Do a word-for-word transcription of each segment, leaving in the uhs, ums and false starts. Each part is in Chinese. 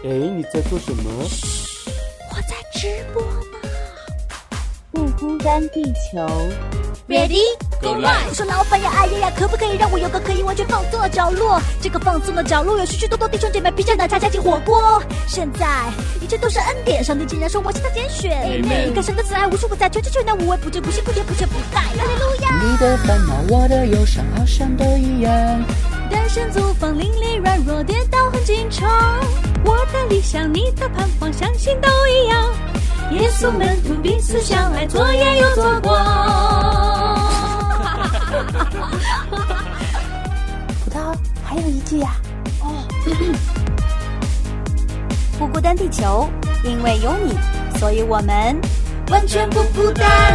哎，你在做什么？ 我在直播呢。 不孤单地球 Ready Go live 我说老板呀，哎呀呀，可不可以让我有个可以完全放松的角落？这个放松的角落有许许多多弟兄姐妹披着奶茶加进火锅。现在一切都是恩典，上帝竟然说我是他拣选。你看神的慈爱无处不在，全知全能无微不至，不辛不甜不缺不带。哈利路亚！ 你的烦恼，我的忧伤，好像都一样。 单身租房邻里软弱跌倒很经常，我的理想你的盼望相信都一样。耶稣门徒彼此相爱，左眼又左光。 葡萄还有一句呀、 啊、哦，不孤单地球，因为有你，所以我们完全不孤单。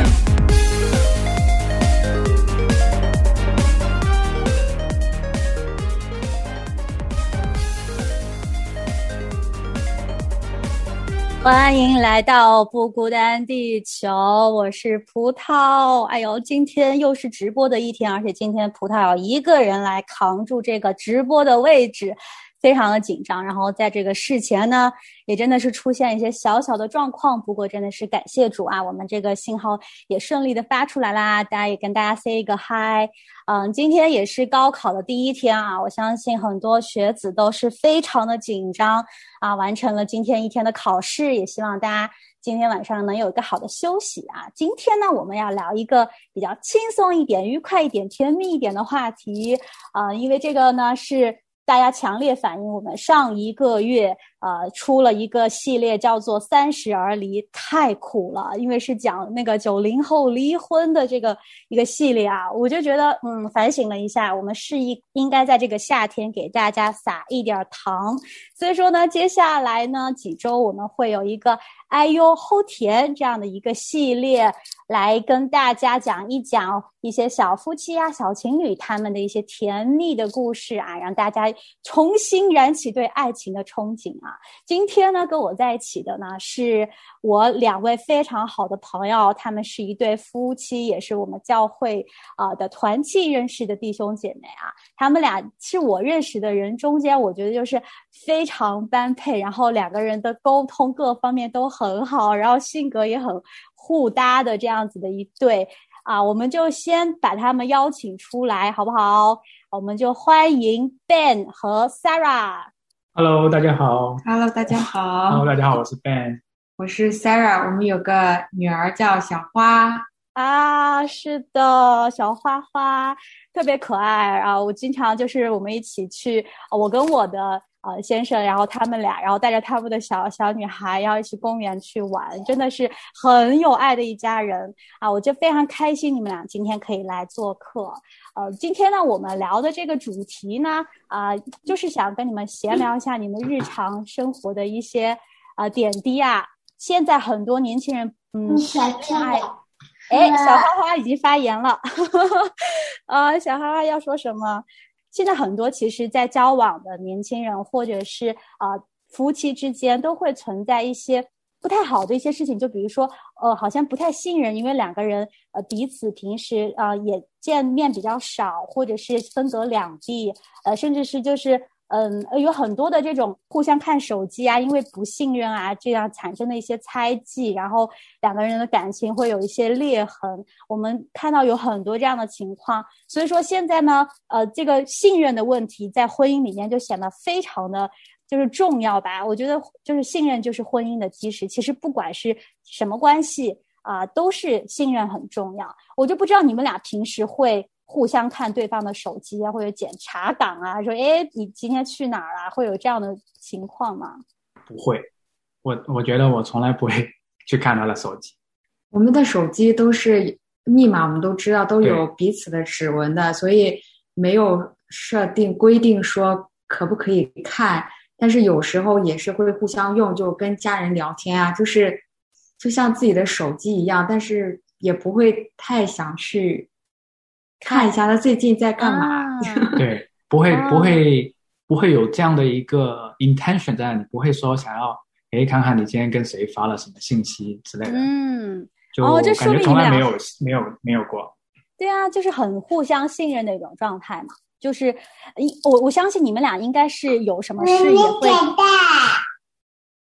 欢迎来到不孤单地球，我是葡萄。哎呦，今天又是直播的一天，而且今天葡萄要一个人来扛住这个直播的位置，非常的紧张。然后在这个事前呢，也真的是出现一些小小的状况，不过真的是感谢主啊，我们这个信号也顺利的发出来啦，大家也跟大家 say 一个 hi。嗯，今天也是高考的第一天啊，我相信很多学子都是非常的紧张啊，完成了今天一天的考试，也希望大家今天晚上能有一个好的休息啊。今天呢，我们要聊一个比较轻松一点、愉快一点、甜蜜一点的话题啊、呃，因为这个呢是大家强烈反映我们上一个月呃出了一个系列叫做三十而离，太苦了，因为是讲那个九零后离婚的这个一个系列啊，我就觉得嗯反省了一下，我们是应应该在这个夏天给大家撒一点糖，所以说呢接下来呢几周我们会有一个哎呦齁甜这样的一个系列，来跟大家讲一讲一些小夫妻啊小情侣他们的一些甜蜜的故事啊，让大家重新燃起对爱情的憧憬啊。今天呢跟我在一起的呢是我两位非常好的朋友，他们是一对夫妻，也是我们教会啊、呃、的团契认识的弟兄姐妹啊，他们俩是我认识的人中间我觉得就是非常般配，然后两个人的沟通各方面都很好，然后性格也很互搭的这样子的一对啊，我们就先把他们邀请出来好不好？我们就欢迎 Ben 和 Sarah。Hello， 大家好。 Hello， 大家好。 Hello， 大家好，我是 Ben， 我是 Sarah。我们有个女儿叫小花啊，是的，小花花特别可爱啊！我经常就是我们一起去，我跟我的呃先生，然后他们俩，然后带着他们的小小女孩，然后一起公园去玩，真的是很有爱的一家人啊！我就非常开心你们俩今天可以来做客。呃，今天呢，我们聊的这个主题呢，啊、呃，就是想跟你们闲聊一下你们日常生活的一些啊、呃、点滴啊。现在很多年轻人，嗯，恋爱。哎，小花花已经发言了，呃，小花花要说什么？现在很多其实在交往的年轻人或者是啊、呃、夫妻之间都会存在一些不太好的一些事情，就比如说呃好像不太信任，因为两个人呃彼此平时啊、呃、也见面比较少，或者是分隔两地，呃甚至是就是嗯有很多的这种互相看手机啊，因为不信任啊这样产生的一些猜忌，然后两个人的感情会有一些裂痕，我们看到有很多这样的情况。所以说现在呢呃这个信任的问题在婚姻里面就显得非常的就是重要吧。我觉得就是信任就是婚姻的基石，其实不管是什么关系啊、呃，都是信任很重要。我就不知道你们俩平时会互相看对方的手机啊，或者检查岗啊，说诶你今天去哪儿啊，会有这样的情况吗？ 不会，我我觉得我从来不会去看他的手机。 我们的手机都是密码，我们都知道都有彼此的指纹的，所以没有设定规定说可不可以看，但是有时候也是会互相用，就跟家人聊天啊，就是就像自己的手机一样，但是也不会太想去看一下他最近在干嘛、 啊、 对，不会不会不会有这样的一个 intention 在那里，不会说想要诶看看你今天跟谁发了什么信息之类的。 嗯， 就感觉从来没有、哦、没有没有过。 对啊，就是很互相信任的一种状态嘛。就是我我相信你们俩应该是有什么事也会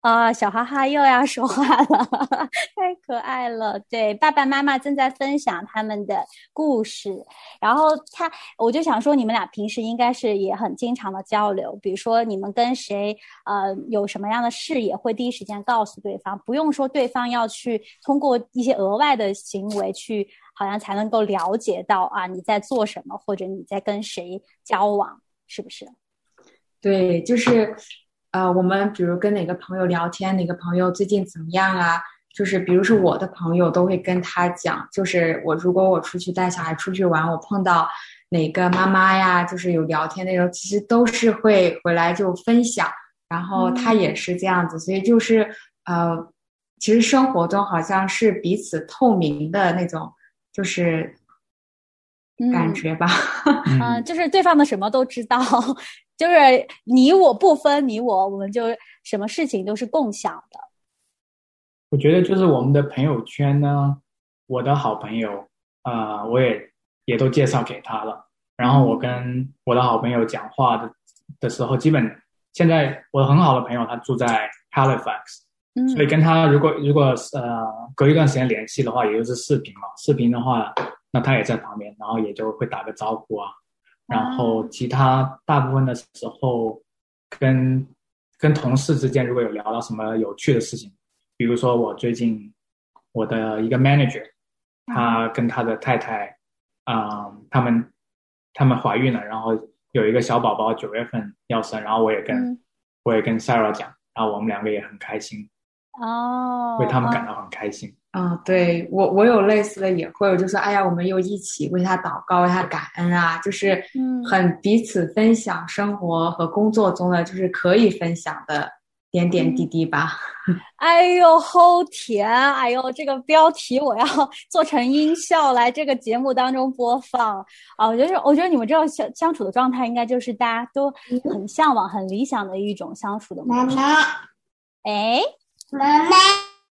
啊，小哈哈又要说话了，太可爱了。对，爸爸妈妈正在分享他们的故事，然后他，我就想说，你们俩平时应该是也很经常的交流，比如说你们跟谁呃有什么样的事也会第一时间告诉对方，不用说对方要去通过一些额外的行为去，好像才能够了解到啊你在做什么，或者你在跟谁交往，是不是？ 对，就是呃，我们比如跟哪个朋友聊天，哪个朋友最近怎么样啊？就是比如说我的朋友都会跟他讲，就是我如果我出去带小孩出去玩，我碰到哪个妈妈呀，就是有聊天那种，其实都是会回来就分享，然后他也是这样子，所以就是呃，其实生活中好像是彼此透明的那种，就是感觉吧。 嗯、呃，就是对方的什么都知道。就是你我不分你我，我们就什么事情都是共享的。 我觉得就是我们的朋友圈呢，我的好朋友呃我也也都介绍给他了，然后我跟我的好朋友讲话的的时候，基本现在我很好的朋友他住在 Halifax，嗯，所以跟他如果如果呃隔一段时间联系的话，也就是视频嘛，视频的话那他也在旁边，然后也就会打个招呼啊，然后其他大部分的时候跟跟同事之间如果有聊到什么有趣的事情，比如说我最近我的一个 manager 他跟他的太太啊、嗯，他们他们怀孕了，然后有一个小宝宝九月份要生，然后我也跟、嗯、我也跟 Sarah 讲，然后我们两个也很开心哦，为他们感到很开心。 嗯，对，我我有类似的也会，我就说哎呀，我们又一起为他祷告，为他感恩啊，就是很彼此分享生活和工作中的就是可以分享的点点滴滴吧。 嗯、哎呦好甜，哎呦这个标题我要做成音效来这个节目当中播放啊！我觉得我觉得你们这种相相处的状态应该就是大家都很向往很理想的一种相处的模式。妈妈哎妈妈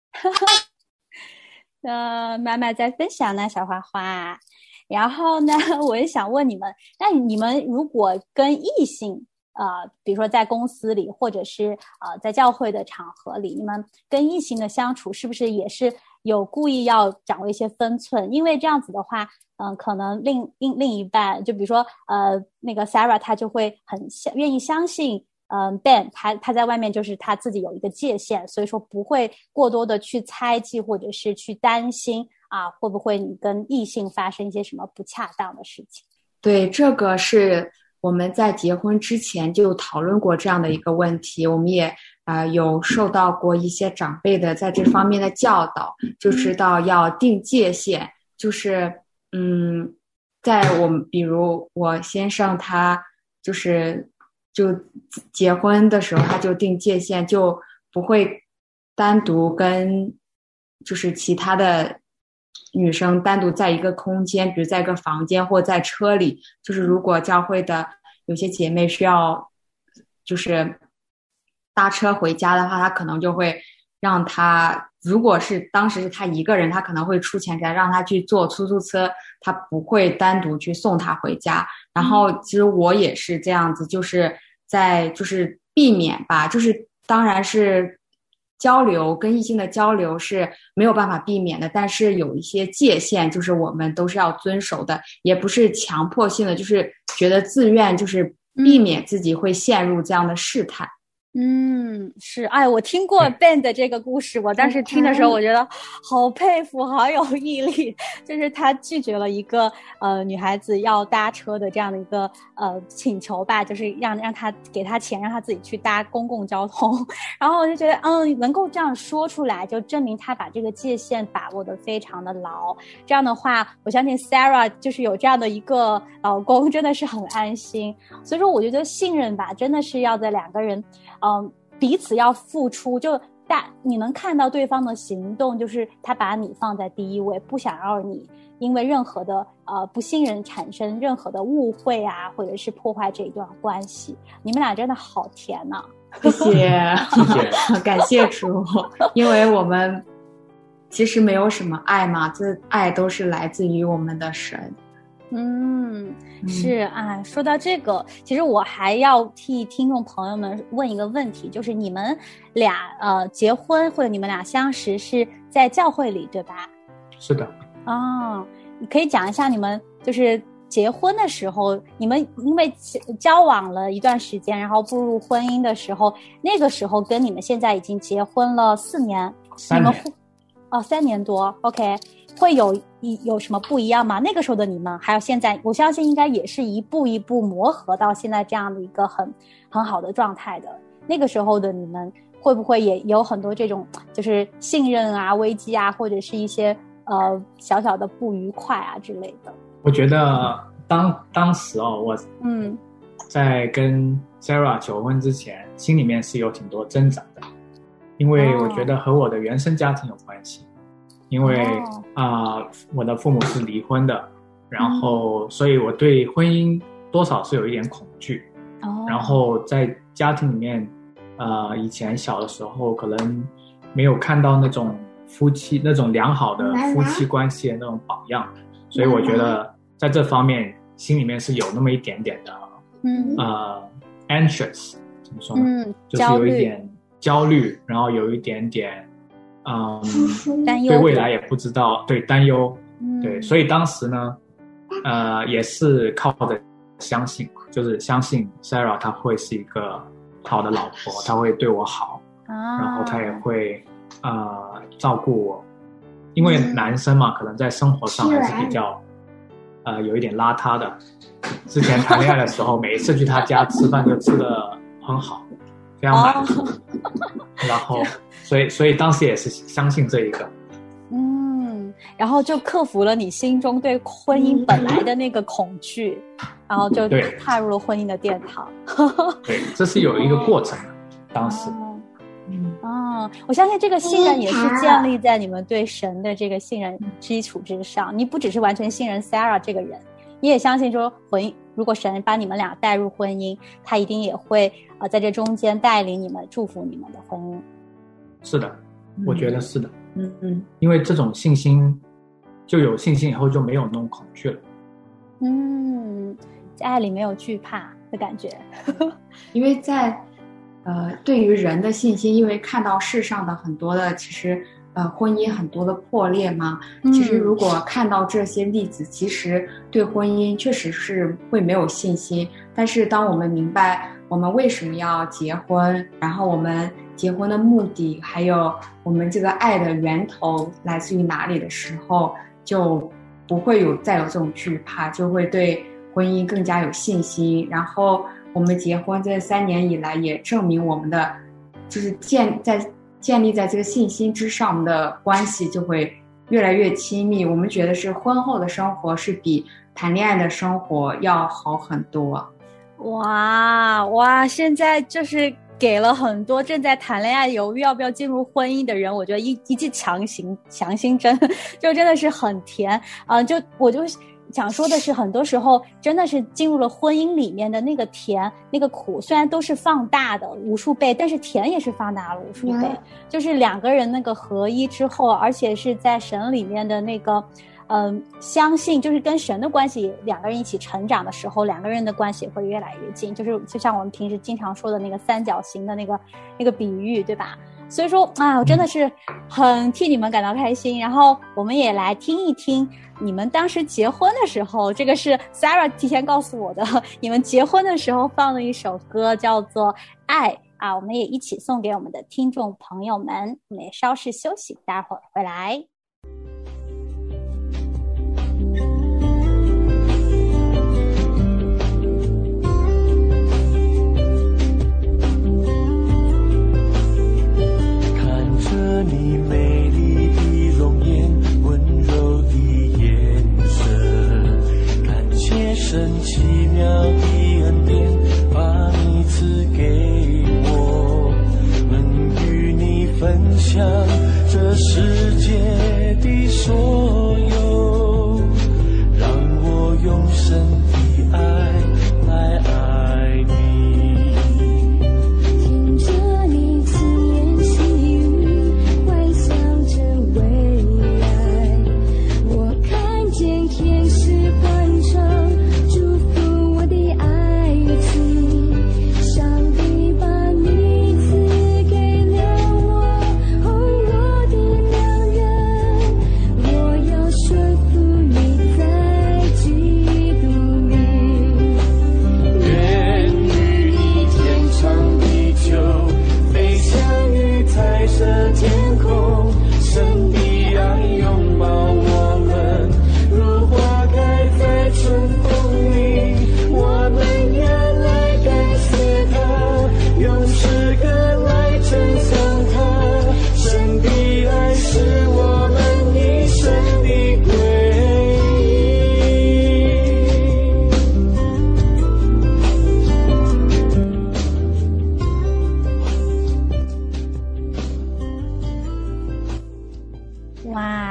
呃，妈妈在分享呢，小花花。然后呢，我也想问你们，那你们如果跟异性，呃，比如说在公司里，或者是呃在教会的场合里，你们跟异性的相处，是不是也是有故意要掌握一些分寸？因为这样子的话，嗯、呃，可能另另另一半，就比如说呃那个 Sarah， 她就会很愿意相信。嗯 Ben 他他在外面就是他自己有一个界限，所以说不会过多的去猜忌或者是去担心啊会不会你跟异性发生一些什么不恰当的事情。 对，这个是我们在结婚之前就讨论过这样的一个问题，我们也呃有受到过一些长辈的在这方面的教导，就知道要定界限，就是嗯在我们比如我先生他就是就结婚的时候他就定界限，就不会单独跟就是其他的女生单独在一个空间，比如在一个房间或在车里，就是如果教会的有些姐妹需要就是搭车回家的话，他可能就会让他，如果是当时是他一个人，他可能会出钱给他让他去坐出租车，他不会单独去送他回家。然后其实我也是这样子，就是在就是避免吧，就是当然是交流跟异性的交流是没有办法避免的，但是有一些界限就是我们都是要遵守的，也不是强迫性的，就是觉得自愿，就是避免自己会陷入这样的试探。 嗯，是，哎，我听过 Ben 的这个故事，我当时听的时候，我觉得好佩服，好有毅力。就是他拒绝了一个呃女孩子要搭车的这样的一个呃请求吧，就是让让他给他钱，让他自己去搭公共交通。然后我就觉得，嗯，能够这样说出来，就证明他把这个界限把握得非常的牢。这样的话，我相信 Sarah 就是有这样的一个老公，真的是很安心。所以说，我觉得信任吧，真的是要在两个人。嗯，彼此要付出，就大你能看到对方的行动，就是他把你放在第一位，不想让你因为任何的呃不信任产生任何的误会啊，或者是破坏这一段关系。你们俩真的好甜呐、啊！ 谢谢，谢谢，感谢主，因为我们其实没有什么爱嘛，这爱都是来自于我们的神。 嗯，是啊，说到这个，其实我还要替听众朋友们问一个问题，就是你们俩呃结婚或者你们俩相识是在教会里，对吧？ 是的。 哦，你可以讲一下你们就是结婚的时候，你们因为交往了一段时间，然后步入婚姻的时候，那个时候跟你们现在已经结婚了四年， 三年， 你们哦，三年多 ，OK， 会有有什么不一样吗？那个时候的你们，还有现在，我相信应该也是一步一步磨合到现在这样的一个很很好的状态的。那个时候的你们，会不会也有很多这种就是信任啊、危机啊，或者是一些呃小小的不愉快啊之类的？ 我觉得当当时哦，我嗯， 在跟 Sarah 求婚之前，心里面是有挺多挣扎的，因为我觉得和我的原生家庭有关系，因为啊、呃，我的父母是离婚的，然后、嗯、所以我对婚姻多少是有一点恐惧， 哦， 然后在家庭里面，呃，以前小的时候可能没有看到那种夫妻那种良好的夫妻关系的那种榜样。所以我觉得在这方面心里面是有那么一点点的， 嗯， 呃 ，anxious 怎么说呢？ 嗯， 就是有一点焦虑，然后有一点点，嗯， 担忧， 对未来也不知道，对担忧， 嗯、 对，所以当时呢，呃，也是靠着相信，就是相信 Sarah 她会是一个好的老婆，她会对我好， 啊、 然后她也会呃照顾我。因为男生嘛，可能在生活上还是比较，呃，有一点邋遢的。之前谈恋爱的时候，每一次去他家吃饭就吃得很好，非常满足。哦、然后，所以，所以当时也是相信这一个。 嗯，然后就克服了你心中对婚姻本来的那个恐惧，然后就踏入了婚姻的殿堂。 对，这是有一个过程的，当时。 哦嗯，哦，我相信这个信任也是建立在你们对神的这个信任基础之上。你不只是完全信任 Sarah 这个人，你也相信说婚姻，如果神把你们俩带入婚姻，他一定也会呃在这中间带领你们，祝福你们的婚姻。 是的，我觉得是的。 嗯嗯， 因为这种信心，就有信心以后就没有那种恐惧了。 嗯，在爱里没有惧怕的感觉。 因为在呃，对于人的信心，因为看到世上的很多的，其实呃，婚姻很多的破裂嘛。其实如果看到这些例子，其实对婚姻确实是会没有信心。但是当我们明白我们为什么要结婚，然后我们结婚的目的，还有我们这个爱的源头来自于哪里的时候，就不会有再有这种惧怕，就会对婚姻更加有信心。然后我们结婚这三年以来，也证明我们的就是建在建立在这个信心之上，我们的关系就会越来越亲密。我们觉得是婚后的生活是比谈恋爱的生活要好很多。 哇哇！现在就是给了很多正在谈恋爱犹豫要不要进入婚姻的人，我觉得一一剂强行强心针，就真的是很甜啊、呃！就我就。想说的是，很多时候真的是进入了婚姻里面的那个甜那个苦，虽然都是放大的无数倍，但是甜也是放大了无数倍、嗯、就是两个人那个合一之后，而且是在神里面的那个嗯、呃，相信就是跟神的关系，两个人一起成长的时候，两个人的关系会越来越近，就是就像我们平时经常说的那个三角形的那个那个比喻，对吧？所以说啊，我真的是很替你们感到开心。然后我们也来听一听你们当时结婚的时候，这个是 Sarah 提前告诉我的，你们结婚的时候放的一首歌叫做《爱》啊，我们也一起送给我们的听众朋友们。我们也稍事休息，待会儿回来。 你美丽的容颜，温柔的眼神，感谢神奇妙的恩典，把你赐给我，能与你分享这世界的所有，让我用神的爱来爱你。 听着你自言细语，幻想着未来，我看见天使环绕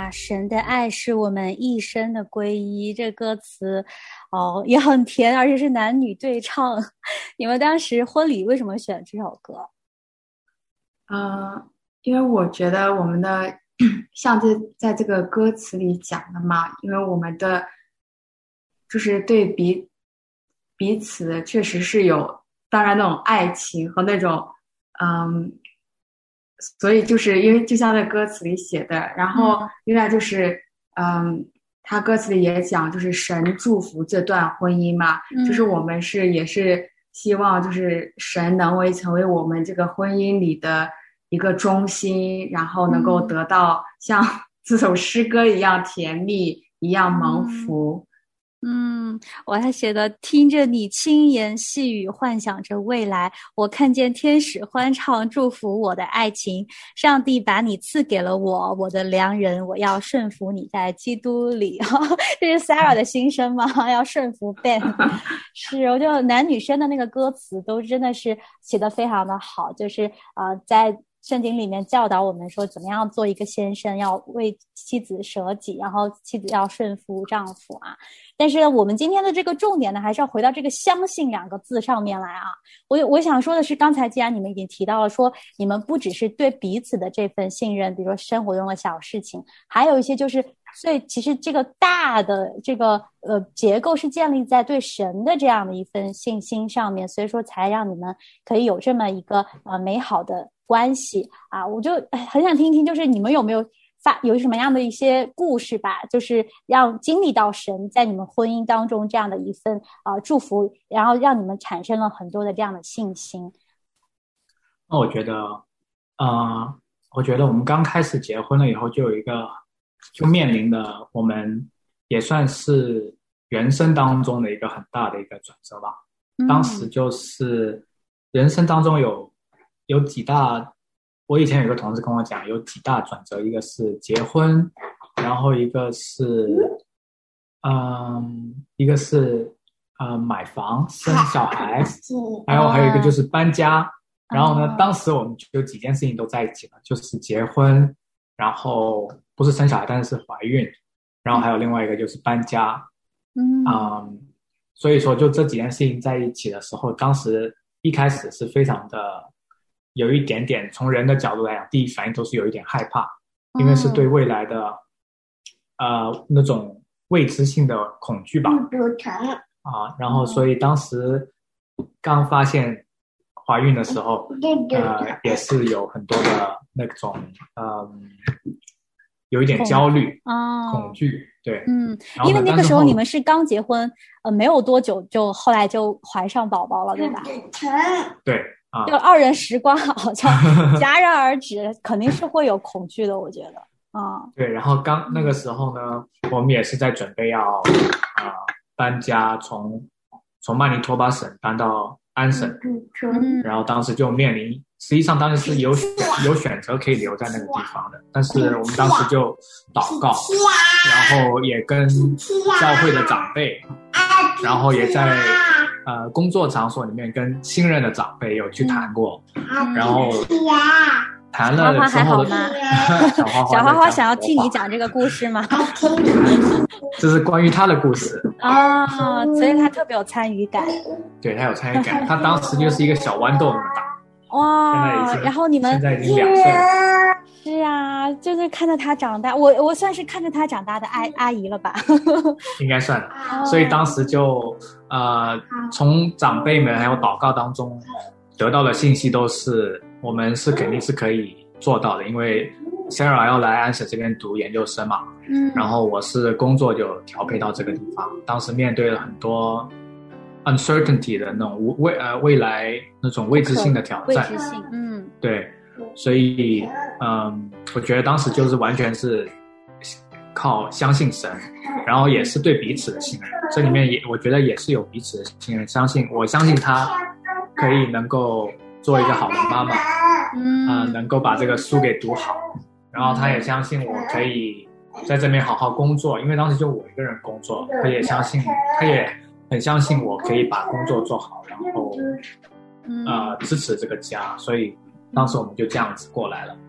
啊，神的爱是我们一生的皈依，这歌词哦也很甜，而且是男女对唱。你们当时婚礼为什么选这首歌？ 呃，因为我觉得我们的像这在这个歌词里讲的嘛，因为我们的就是对彼彼此确实是有，当然那种爱情和那种嗯，所以就是因为就像在歌词里写的，然后另外就是嗯，他歌词里也讲就是神祝福这段婚姻嘛， 嗯就是我们是也是希望就是神能为成为我们这个婚姻里的一个中心，然后能够得到像这首诗歌一样甜蜜，一样蒙福。 嗯，我还写的听着你轻言细语，幻想着未来，我看见天使欢唱，祝福我的爱情。上帝把你赐给了我，我的良人，我要顺服你在基督里。这是 Sarah 的心声吗？要顺服 Ben。是，我觉得男女生的那个歌词都真的是写得非常的好，就是呃，在圣经里面教导我们说怎么样做一个先生，要为妻子舍己，然后妻子要顺服丈夫啊。但是我们今天的这个重点呢，还是要回到这个相信两个字上面来啊。我我想说的是，刚才既然你们已经提到了说你们不只是对彼此的这份信任，比如说生活中的小事情，还有一些就是所以其实这个大的这个呃结构是建立在对神的这样的一份信心上面，所以说才让你们可以有这么一个呃美好的关系啊。我就很想听一听，就是你们有没有发有什么样的一些故事吧，就是让经历到神在你们婚姻当中这样的一份啊、呃、祝福，然后让你们产生了很多的这样的信心。 那我觉得呃我觉得我们刚开始结婚了以后，就有一个就面临的我们也算是人生当中的一个很大的一个转折吧。当时就是人生当中有有几大，我以前有一个同事跟我讲，有几大转折，一个是结婚，然后一个是嗯一个是呃买房生小孩，还有还有一个就是搬家。然后呢，当时我们就几件事情都在一起了，就是结婚，然后不是生小孩，但是是怀孕，然后还有另外一个就是搬家。 嗯嗯，所以说就这几件事情在一起的时候，当时一开始是非常的有一点点，从人的角度来讲，第一反应都是有一点害怕，因为是对未来的、嗯、呃那种未知性的恐惧吧。啊，然后所以当时刚发现怀孕的时候，呃，也是有很多的那种，嗯，有一点焦虑、 哦、 恐惧，对， 嗯，因为那个时候你们是刚结婚，呃，没有多久就后来就怀上宝宝了，对吧？ 对啊， 就二人时光好像戛然而止，肯定是会有恐惧的，我觉得啊、嗯。 对，然后刚那个时候呢，我们也是在准备要啊、呃、搬家，从从曼尼托巴省搬到安省， 嗯， 然后当时就面临，实际上当时是有有选择可以留在那个地方的，但是我们当时就祷告，然后也跟教会的长辈，然后也在呃工作场所里面跟新任的长辈有去谈过， 嗯、 然后谈了之后的小花花还好吗？小花花想要听你讲这个故事吗？ 这是关于他的故事啊、哦，所以他特别有参与感。 对，他有参与感，他当时就是一个小豌豆那么大。 哇！然后你们现在已经两岁了。 是啊，就是看着他长大，我我算是看着他长大的阿阿姨了吧？ 应该算。所以当时就呃，从长辈们还有祷告当中得到的信息都是，我们是肯定是可以做到的，因为 Sarah 要来安省这边读研究生嘛， 嗯， 然后我是工作就调配到这个地方，当时面对了很多 uncertainty 的那种未呃未来那种未知性的挑战， 未知性，嗯， 对，所以嗯，我觉得当时就是完全是靠相信神，然后也是对彼此的信任，这里面也我觉得也是有彼此的信任，相信我相信他可以能够做一个好的妈妈， 嗯、 呃，能够把这个书给读好，然后他也相信我可以在这边好好工作，因为当时就我一个人工作，他也相信，他也很相信我可以把工作做好，然后呃支持这个家，所以当时我们就这样子过来了。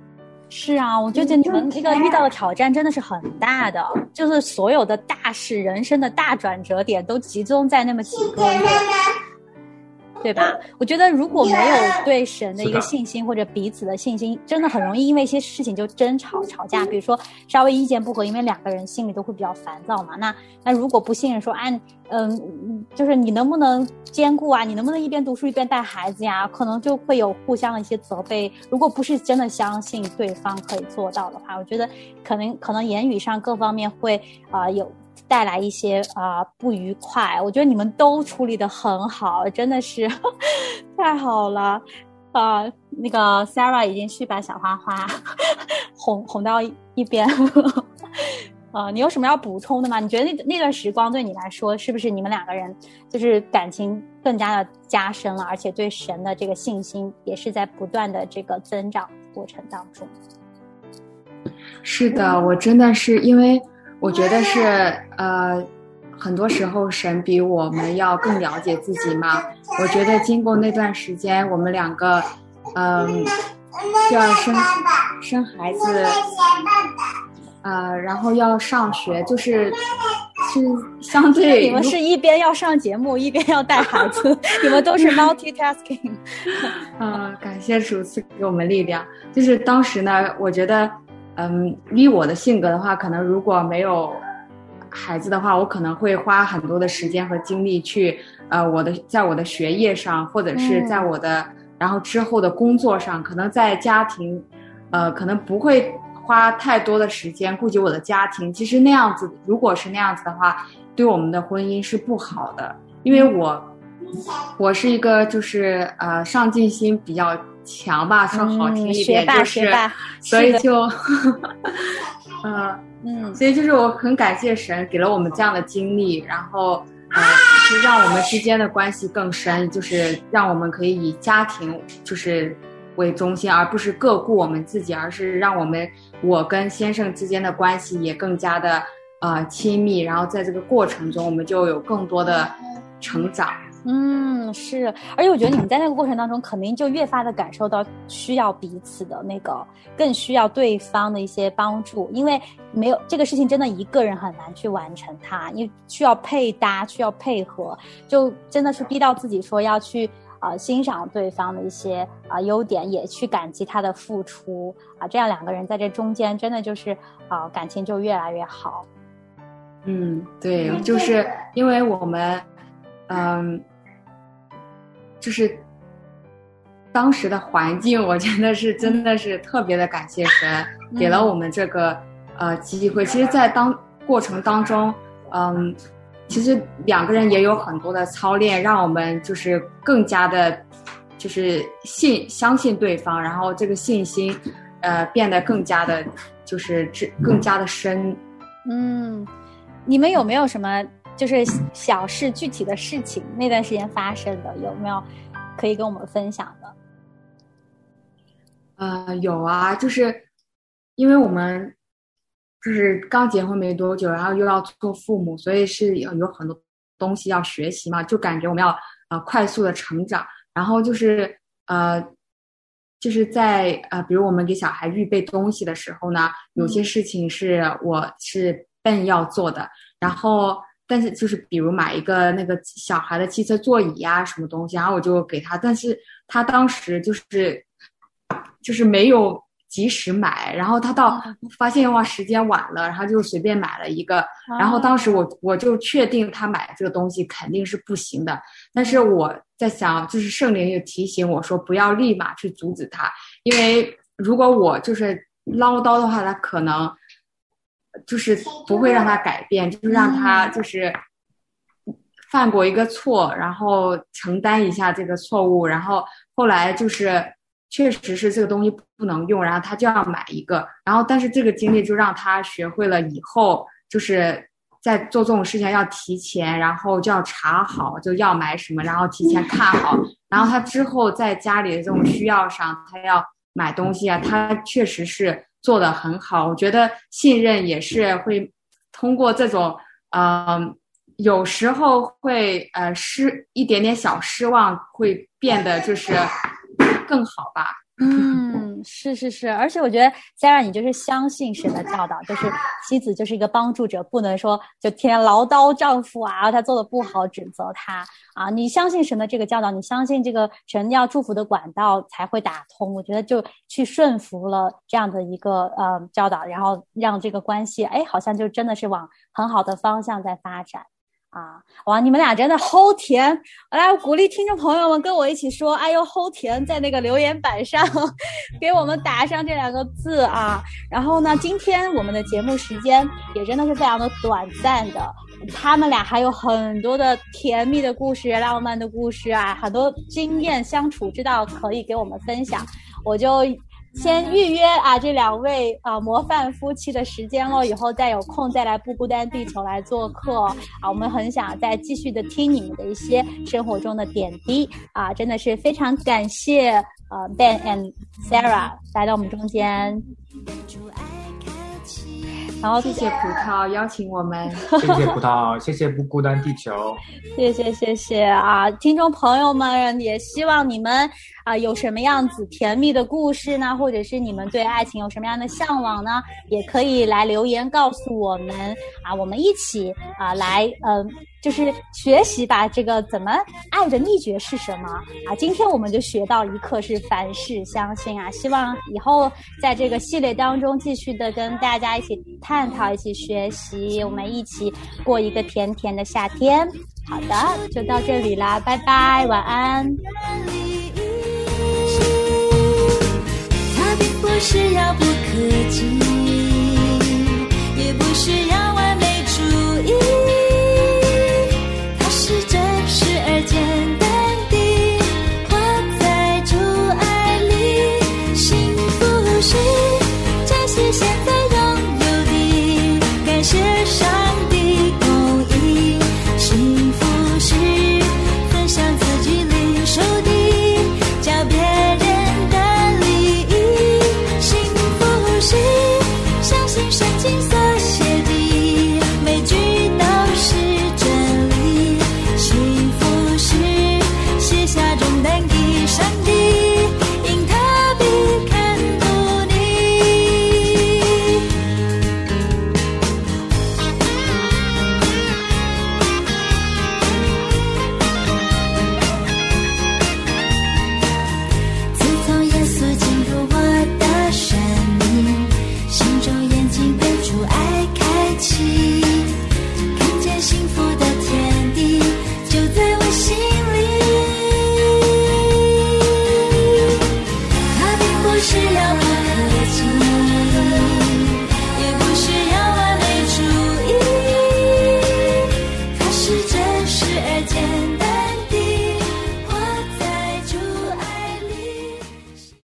是啊，我觉得你们这个遇到的挑战真的是很大的，就是所有的大事、人生的大转折点都集中在那么几个月，对吧？我觉得如果没有对神的一个信心或者彼此的信心，真的很容易因为一些事情就争吵吵架。比如说稍微意见不合，因为两个人心里都会比较烦躁嘛。那那如果不信任说，哎，嗯，就是你能不能兼顾啊？你能不能一边读书一边带孩子呀？可能就会有互相的一些责备。如果不是真的相信对方可以做到的话，我觉得可能可能言语上各方面会啊、呃、有。带来一些啊、呃、不愉快，我觉得你们都处理得很好，真的是呵呵太好了啊、呃！那个 Sarah 已经去把小花花哄哄到一边啊、呃，你有什么要补充的吗？你觉得那那段时光对你来说，是不是你们两个人就是感情更加的加深了，而且对神的这个信心也是在不断的这个增长过程当中？ 是的，我真的是因为。我觉得是呃，很多时候神比我们要更了解自己嘛。我觉得经过那段时间，我们两个嗯、呃、就要生生孩子，呃，然后要上学，就是是相对你们是一边要上节目，一边要带孩子，你们都是 multitasking。 呃，感谢主赐给我们力量。就是当时呢，我觉得。嗯，以我的性格的话，可能如果没有孩子的话，我可能会花很多的时间和精力去，呃，我的在我的学业上，或者是在我的、嗯、然后之后的工作上，可能在家庭，呃，可能不会花太多的时间顾及我的家庭。其实那样子，如果是那样子的话，对我们的婚姻是不好的，因为我我是一个就是呃上进心比较。强吧，说好听一点、 嗯、 就是，所以就，呃，嗯，所以就是我很感谢神给了我们这样的经历，然后呃，是让我们之间的关系更深，就是让我们可以以家庭就是为中心，而不是各顾我们自己，而是让我们我跟先生之间的关系也更加的呃亲密，然后在这个过程中，我们就有更多的成长。 嗯，是，而且我觉得你们在那个过程当中，肯定就越发的感受到需要彼此的那个，更需要对方的一些帮助，因为没有这个事情真的一个人很难去完成它，因为需要配搭，需要配合，就真的是逼到自己说要去啊、呃、欣赏对方的一些啊、呃、优点，也去感激他的付出啊、呃，这样两个人在这中间真的就是啊、呃、感情就越来越好。 嗯，对，就是因为我们。嗯，就是当时的环境，我觉得是真的是特别的感谢神，嗯、给了我们这个呃机会。其实，在当过程当中，嗯，其实两个人也有很多的操练，让我们就是更加的，就是信相信对方，然后这个信心，呃，变得更加的，就是更加的深。 嗯，你们有没有什么？就是小事具体的事情那段时间发生的有没有可以跟我们分享的？ 呃，有啊，就是因为我们就是刚结婚没多久，然后又要做父母，所以是有很多东西要学习嘛，就感觉我们要呃快速的成长，然后就是呃就是在呃比如我们给小孩预备东西的时候呢，有些事情是我是笨要做的，然后但是就是比如买一个那个小孩的汽车座椅啊什么东西，然后我就给他，但是他当时就是就是没有及时买，然后他到发现哇时间晚了，然后就随便买了一个，然后当时我我就确定他买这个东西肯定是不行的，但是我在想就是圣灵又提醒我说不要立马去阻止他，因为如果我就是唠叨的话，他可能就是不会让他改变，就是让他就是犯过一个错，然后承担一下这个错误，然后后来就是确实是这个东西不能用，然后他就要买一个，然后但是这个经历就让他学会了以后就是在做这种事情要提前，然后就要查好就要买什么，然后提前看好，然后他之后在家里的这种需要上他要买东西啊，他确实是做得很好。我觉得信任也是会通过这种呃有时候会呃失一点点小失望会变得就是更好吧。 嗯， 嗯，是是是，而且我觉得 Sarah 你就是相信神的教导，就是妻子就是一个帮助者，不能说就天天唠叨丈夫啊，他做的不好指责他啊。你相信神的这个教导，你相信这个神要祝福的管道才会打通，我觉得就去顺服了这样的一个呃教导，然后让这个关系哎好像就真的是往很好的方向在发展。啊，哇！你们俩真的齁甜！我来鼓励听众朋友们跟我一起说：“哎呦，齁甜！”在那个留言板上给我们打上这两个字啊。然后呢，今天我们的节目时间也真的是非常的短暂的，他们俩还有很多的甜蜜的故事、浪漫的故事啊，很多经验相处之道可以给我们分享。我就先预约啊这两位啊模范夫妻的时间咯，以后再有空再来不孤单地球来做客啊，我们很想再继续的听你们的一些生活中的点滴啊，真的是非常感谢呃 Ben and Sarah 来到我们中间。然后谢谢葡萄邀请我们， 谢谢葡萄，谢谢不孤单地球， 谢谢谢谢啊，听众朋友们，也希望你们啊有什么样子甜蜜的故事呢，或者是你们对爱情有什么样的向往呢，也可以来留言告诉我们啊，我们一起啊来嗯、呃、就是学习吧，这个怎么爱的秘诀是什么啊？今天我们就学到一课是凡事相信啊，希望以后在这个系列当中继续的跟大家一起探讨，一起学习，我们一起过一个甜甜的夏天。好的，就到这里啦，拜拜，晚安。 它并不是遥不可及，也不是遥